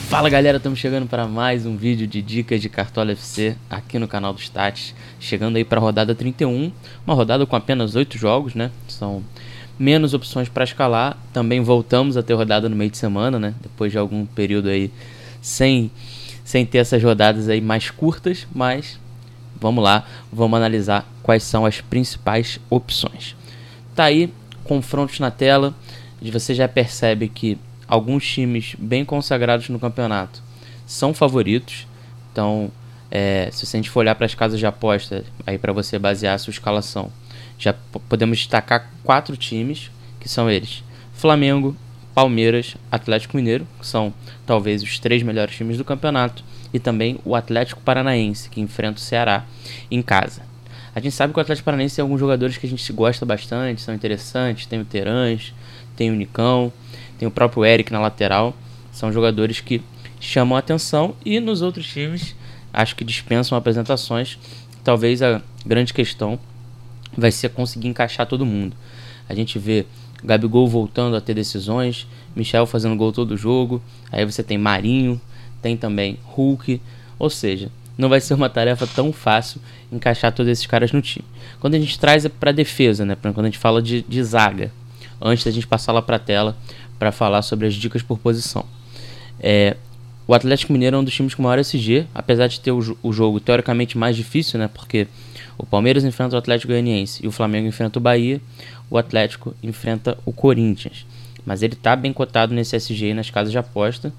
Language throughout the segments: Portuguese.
Fala galera, estamos chegando para mais um vídeo de dicas de Cartola FC aqui no canal do Stats. Chegando aí para a rodada 31, uma rodada com apenas 8 jogos, né? São menos opções para escalar. Também voltamos a ter rodada no meio de semana, né? Depois de algum período aí sem ter essas rodadas aí mais curtas, mas vamos lá, vamos analisar quais são as principais opções. Tá aí, confrontos na tela, e você já percebe que alguns times bem consagrados no campeonato são favoritos. Então, se a gente for olhar para as casas de aposta, aí para você basear a sua escalação, já podemos destacar 4 times, que são eles: Flamengo, Palmeiras, Atlético Mineiro, que são talvez os 3 melhores times do campeonato, e também o Atlético Paranaense, que enfrenta o Ceará em casa. A gente sabe que o Atlético Paranaense tem alguns jogadores que a gente gosta bastante, são interessantes. Tem o Terãs, tem o Nicão, tem o próprio Eric na lateral. São jogadores que chamam a atenção, e nos outros times acho que dispensam apresentações. Talvez a grande questão vai ser conseguir encaixar todo mundo. A gente vê Gabigol voltando a ter decisões, Michel fazendo gol todo jogo, aí você tem Marinho, tem também Hulk, ou seja, não vai ser uma tarefa tão fácil encaixar todos esses caras no time. Quando a gente traz para defesa, né, quando a gente fala de zaga, antes da gente passar lá para a tela para falar sobre as dicas por posição, o Atlético Mineiro é um dos times com maior SG, apesar de ter o jogo teoricamente mais difícil, né, porque o Palmeiras enfrenta o Atlético Goianiense e o Flamengo enfrenta o Bahia, o Atlético enfrenta o Corinthians, mas ele está bem cotado nesse SG e nas casas de aposta.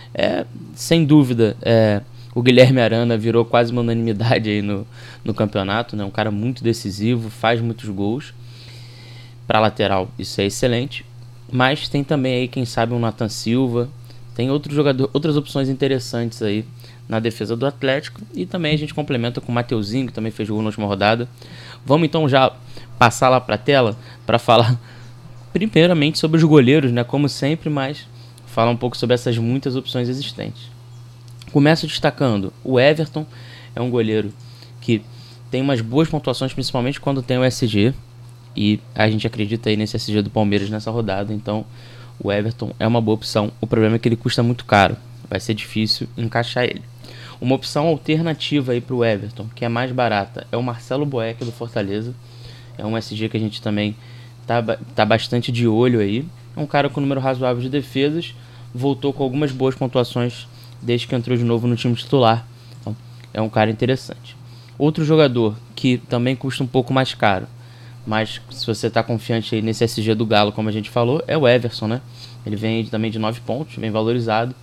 Sem dúvida, o Guilherme Arana virou quase uma unanimidade aí no campeonato, né? Um cara muito decisivo, faz muitos gols. Para lateral, isso é excelente. Mas tem também aí, quem sabe, um Nathan Silva. Tem outras opções interessantes aí na defesa do Atlético. E também a gente complementa com o Mateuzinho, que também fez gol na última rodada. Vamos então já passar lá para a tela para falar primeiramente sobre os goleiros, né? Como sempre, mas falar um pouco sobre essas muitas opções existentes. Começo destacando o Everton. É um goleiro que tem umas boas pontuações, principalmente quando tem o SG, e a gente acredita aí nesse SG do Palmeiras nessa rodada. Então o Everton é uma boa opção. O problema é que ele custa muito caro, vai ser difícil encaixar ele. Uma opção alternativa aí para o Everton, que é mais barata, é o Marcelo Boeck do Fortaleza. É um SG que a gente também tá bastante de olho aí. É um cara com número razoável de defesas, voltou com algumas boas pontuações desde que entrou de novo no time titular. Então, é um cara interessante. Outro jogador que também custa um pouco mais caro, mas se você está confiante aí nesse SG do Galo, como a gente falou, é o Everson, né? Ele vem também de 9 pontos, vem valorizado.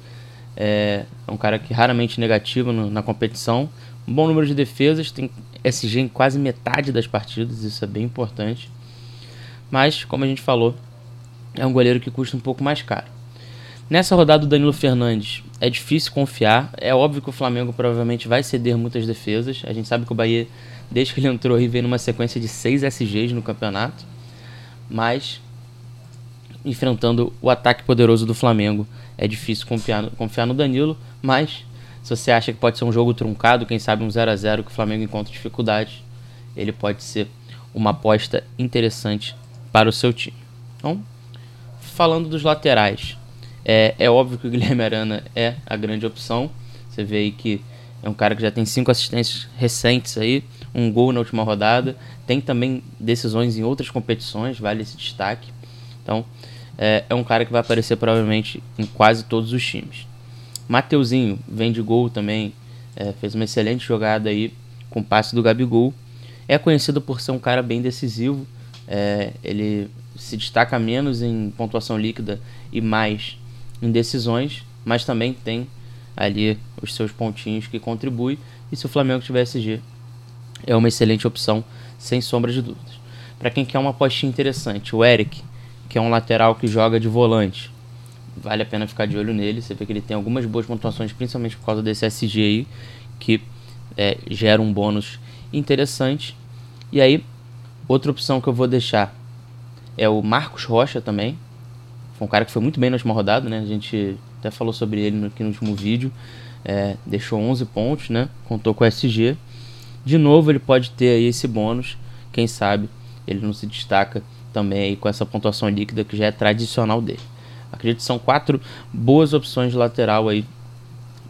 É um cara que raramente negativo na competição. Um bom número de defesas, tem SG em quase metade das partidas, isso é bem importante. Mas, como a gente falou, é um goleiro que custa um pouco mais caro. Nessa rodada do Danilo Fernandes é difícil confiar. É óbvio que o Flamengo provavelmente vai ceder muitas defesas. A gente sabe que o Bahia, desde que ele entrou aí, vem numa sequência de 6 SGs no campeonato. Mas, enfrentando o ataque poderoso do Flamengo, é difícil confiar no Danilo. Mas, se você acha que pode ser um jogo truncado, quem sabe um 0x0 que o Flamengo encontra dificuldade, ele pode ser uma aposta interessante para o seu time. Então, falando dos laterais, é óbvio que o Guilherme Arana é a grande opção. Você vê aí que é um cara que já tem 5 assistências recentes aí, um gol na última rodada, tem também decisões em outras competições, vale esse destaque. Então é um cara que vai aparecer provavelmente em quase todos os times. Mateuzinho vem de gol também, fez uma excelente jogada aí com o passe do Gabigol. É conhecido por ser um cara bem decisivo. Ele se destaca menos em pontuação líquida e mais em decisões, mas também tem ali os seus pontinhos que contribuem. E se o Flamengo tiver SG, é uma excelente opção, sem sombra de dúvidas. Para quem quer uma apostinha interessante, o Eric, que é um lateral que joga de volante, vale a pena ficar de olho nele. Você vê que ele tem algumas boas pontuações, principalmente por causa desse SG aí, que gera um bônus interessante. E aí, outra opção que eu vou deixar é o Marcos Rocha também. Foi um cara que foi muito bem na última rodada, né? A gente até falou sobre ele aqui no último vídeo. Deixou 11 pontos, né? Contou com o SG. De novo, ele pode ter aí esse bônus. Quem sabe ele não se destaca também aí com essa pontuação líquida que já é tradicional dele. Acredito que são 4 boas opções de lateral aí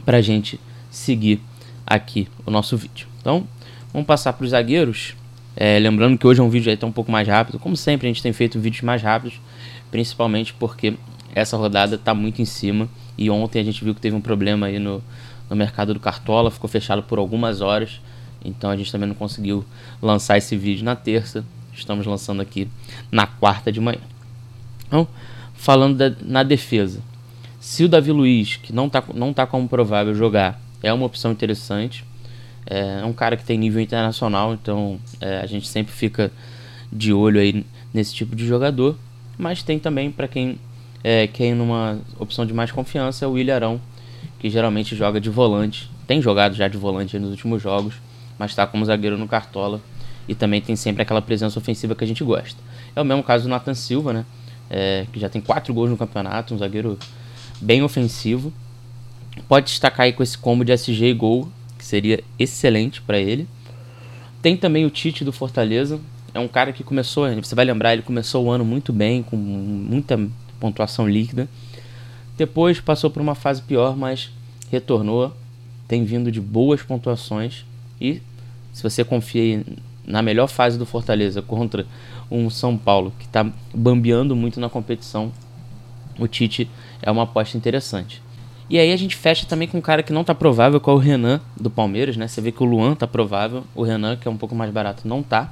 pra gente seguir aqui o nosso vídeo. Então, vamos passar para os zagueiros. Lembrando que hoje é um vídeo aí tá um pouco mais rápido. Como sempre, a gente tem feito vídeos mais rápidos, principalmente porque essa rodada tá muito em cima. E ontem a gente viu que teve um problema aí no mercado do Cartola, ficou fechado por algumas horas. Então a gente também não conseguiu lançar esse vídeo na terça. Estamos lançando aqui na quarta de manhã. Então, falando na defesa. Se o Davi Luiz, que não tá como provável jogar, é uma opção interessante. É um cara que tem nível internacional, então a gente sempre fica de olho aí nesse tipo de jogador. Mas tem também, para quem quer ir numa opção de mais confiança, é o Ilharão, que geralmente joga de volante. Tem jogado já de volante nos últimos jogos, mas está como zagueiro no Cartola. E também tem sempre aquela presença ofensiva que a gente gosta. É o mesmo caso do Nathan Silva, né? Que já tem 4 gols no campeonato, um zagueiro bem ofensivo. Pode destacar aí com esse combo de SG e gol, que seria excelente para ele. Tem também o Tite do Fortaleza. É um cara que começou, você vai lembrar, ele começou o ano muito bem, com muita pontuação líquida. Depois passou por uma fase pior, mas retornou. Tem vindo de boas pontuações. E se você confia na melhor fase do Fortaleza contra um São Paulo que está bambeando muito na competição, o Tite é uma aposta interessante. E aí a gente fecha também com um cara que não tá provável, que é o Renan do Palmeiras, né? Você vê que o Luan tá provável, o Renan, que é um pouco mais barato, não tá.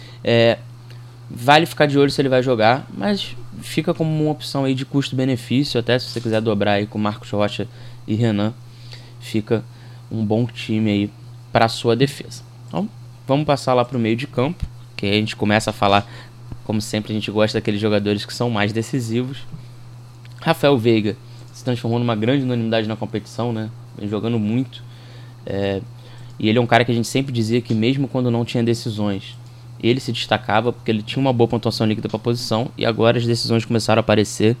Vale ficar de olho se ele vai jogar, mas fica como uma opção aí de custo-benefício, até se você quiser dobrar aí com Marcos Rocha e Renan, fica um bom time aí para sua defesa. Então, vamos passar lá pro meio de campo, que aí a gente começa a falar, como sempre a gente gosta daqueles jogadores que são mais decisivos. Rafael Veiga se transformou numa grande unanimidade na competição, né? Vem jogando muito. E ele é um cara que a gente sempre dizia que mesmo quando não tinha decisões, ele se destacava porque ele tinha uma boa pontuação líquida para a posição, e agora as decisões começaram a aparecer.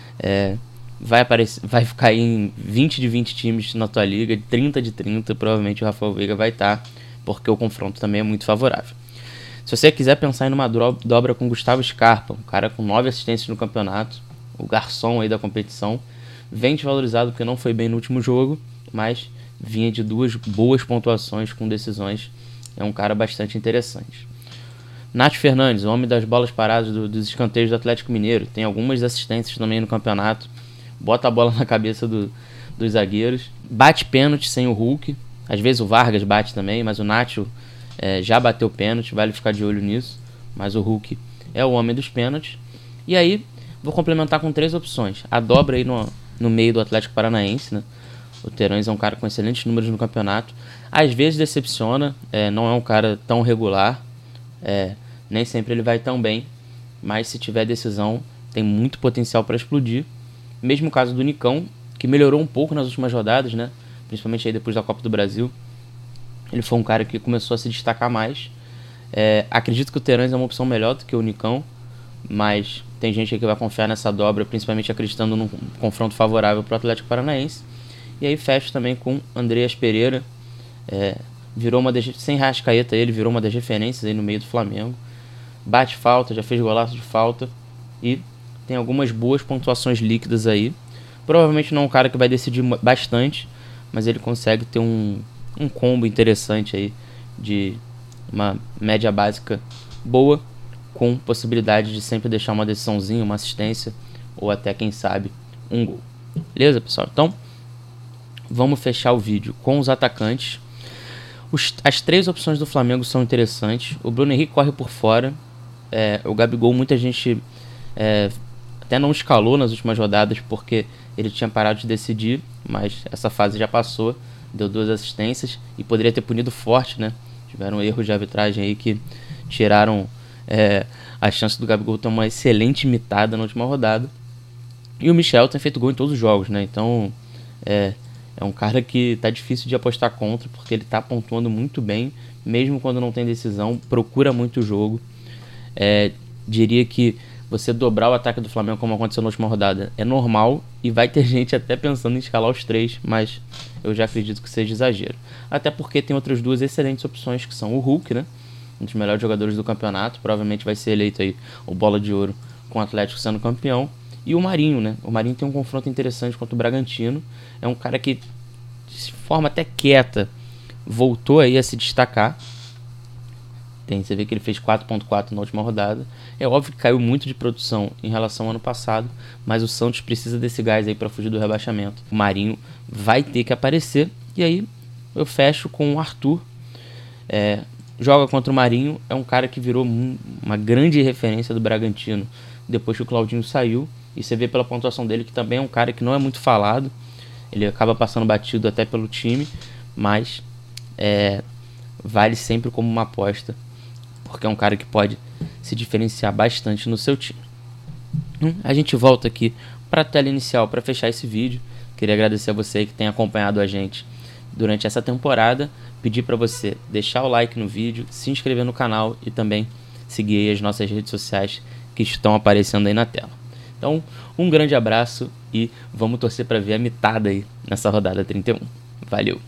Vai ficar em 20 de 20 times na tua liga, 30 de 30, provavelmente o Rafael Veiga vai estar, porque o confronto também é muito favorável. Se você quiser pensar em uma dobra com Gustavo Scarpa, um cara com 9 assistências no campeonato, o garçom aí da competição, vem desvalorizado porque não foi bem no último jogo, mas vinha de 2 boas pontuações com decisões. É um cara bastante interessante. Nath Fernandes, o homem das bolas paradas dos escanteios do Atlético Mineiro, tem algumas assistências também no campeonato, bota a bola na cabeça dos zagueiros, bate pênalti sem o Hulk, às vezes o Vargas bate também, mas o Nacho já bateu pênalti, vale ficar de olho nisso, mas o Hulk é o homem dos pênaltis. E aí vou complementar com 3 opções. A dobra aí no meio do Atlético Paranaense, né? O Terãs é um cara com excelentes números no campeonato. Às vezes decepciona, não é um cara tão regular, nem sempre ele vai tão bem, mas se tiver decisão, tem muito potencial para explodir. Mesmo caso do Nicão, que melhorou um pouco nas últimas rodadas, né? Principalmente aí depois da Copa do Brasil. Ele foi um cara que começou a se destacar mais. Acredito que o Terãs é uma opção melhor do que o Nicão, mas tem gente aí que vai confiar nessa dobra, principalmente acreditando num confronto favorável para o Atlético Paranaense. E aí fecha também com Andreas Pereira, virou sem Rascaeta, ele virou uma das referências aí no meio do Flamengo, bate falta, já fez golaço de falta e tem algumas boas pontuações líquidas aí. Provavelmente não é um cara que vai decidir bastante, mas ele consegue ter um combo interessante aí de uma média básica boa, com possibilidade de sempre deixar uma decisãozinha, uma assistência ou até, quem sabe, um gol. Beleza, pessoal? Então, vamos fechar o vídeo com os atacantes. As 3 opções do Flamengo são interessantes. O Bruno Henrique corre por fora. O Gabigol, muita gente até não escalou nas últimas rodadas porque ele tinha parado de decidir, mas essa fase já passou. Deu 2 assistências e poderia ter punido forte, né? Tiveram erros de arbitragem aí que tiraram a chance do Gabigol ter uma excelente imitada na última rodada. E o Michel tem feito gol em todos os jogos, né? Então é um cara que tá difícil de apostar contra, porque ele tá pontuando muito bem, mesmo quando não tem decisão, procura muito o jogo. Diria que você dobrar o ataque do Flamengo, como aconteceu na última rodada, é normal, e vai ter gente até pensando em escalar os 3, mas eu já acredito que seja exagero. Até porque tem outras 2 excelentes opções, que são o Hulk, né? Um dos melhores jogadores do campeonato, provavelmente vai ser eleito aí o Bola de Ouro com o Atlético sendo campeão. E o Marinho, né? O Marinho tem um confronto interessante contra o Bragantino. É um cara que de forma até quieta, voltou aí a se destacar. Você vê que ele fez 4.4 na última rodada. É óbvio que caiu muito de produção em relação ao ano passado, mas o Santos precisa desse gás aí para fugir do rebaixamento. O Marinho vai ter que aparecer, e aí eu fecho com o Arthur. Joga contra o Marinho, é um cara que virou uma grande referência do Bragantino depois que o Claudinho saiu, e você vê pela pontuação dele que também é um cara que não é muito falado, ele acaba passando batido até pelo time, mas vale sempre como uma aposta, porque é um cara que pode se diferenciar bastante no seu time. A gente volta aqui para a tela inicial para fechar esse vídeo. Queria agradecer a você que tem acompanhado a gente durante essa temporada, pedir para você deixar o like no vídeo, se inscrever no canal e também seguir aí as nossas redes sociais que estão aparecendo aí na tela. Então, um grande abraço e vamos torcer para ver a mitada aí nessa rodada 31. Valeu!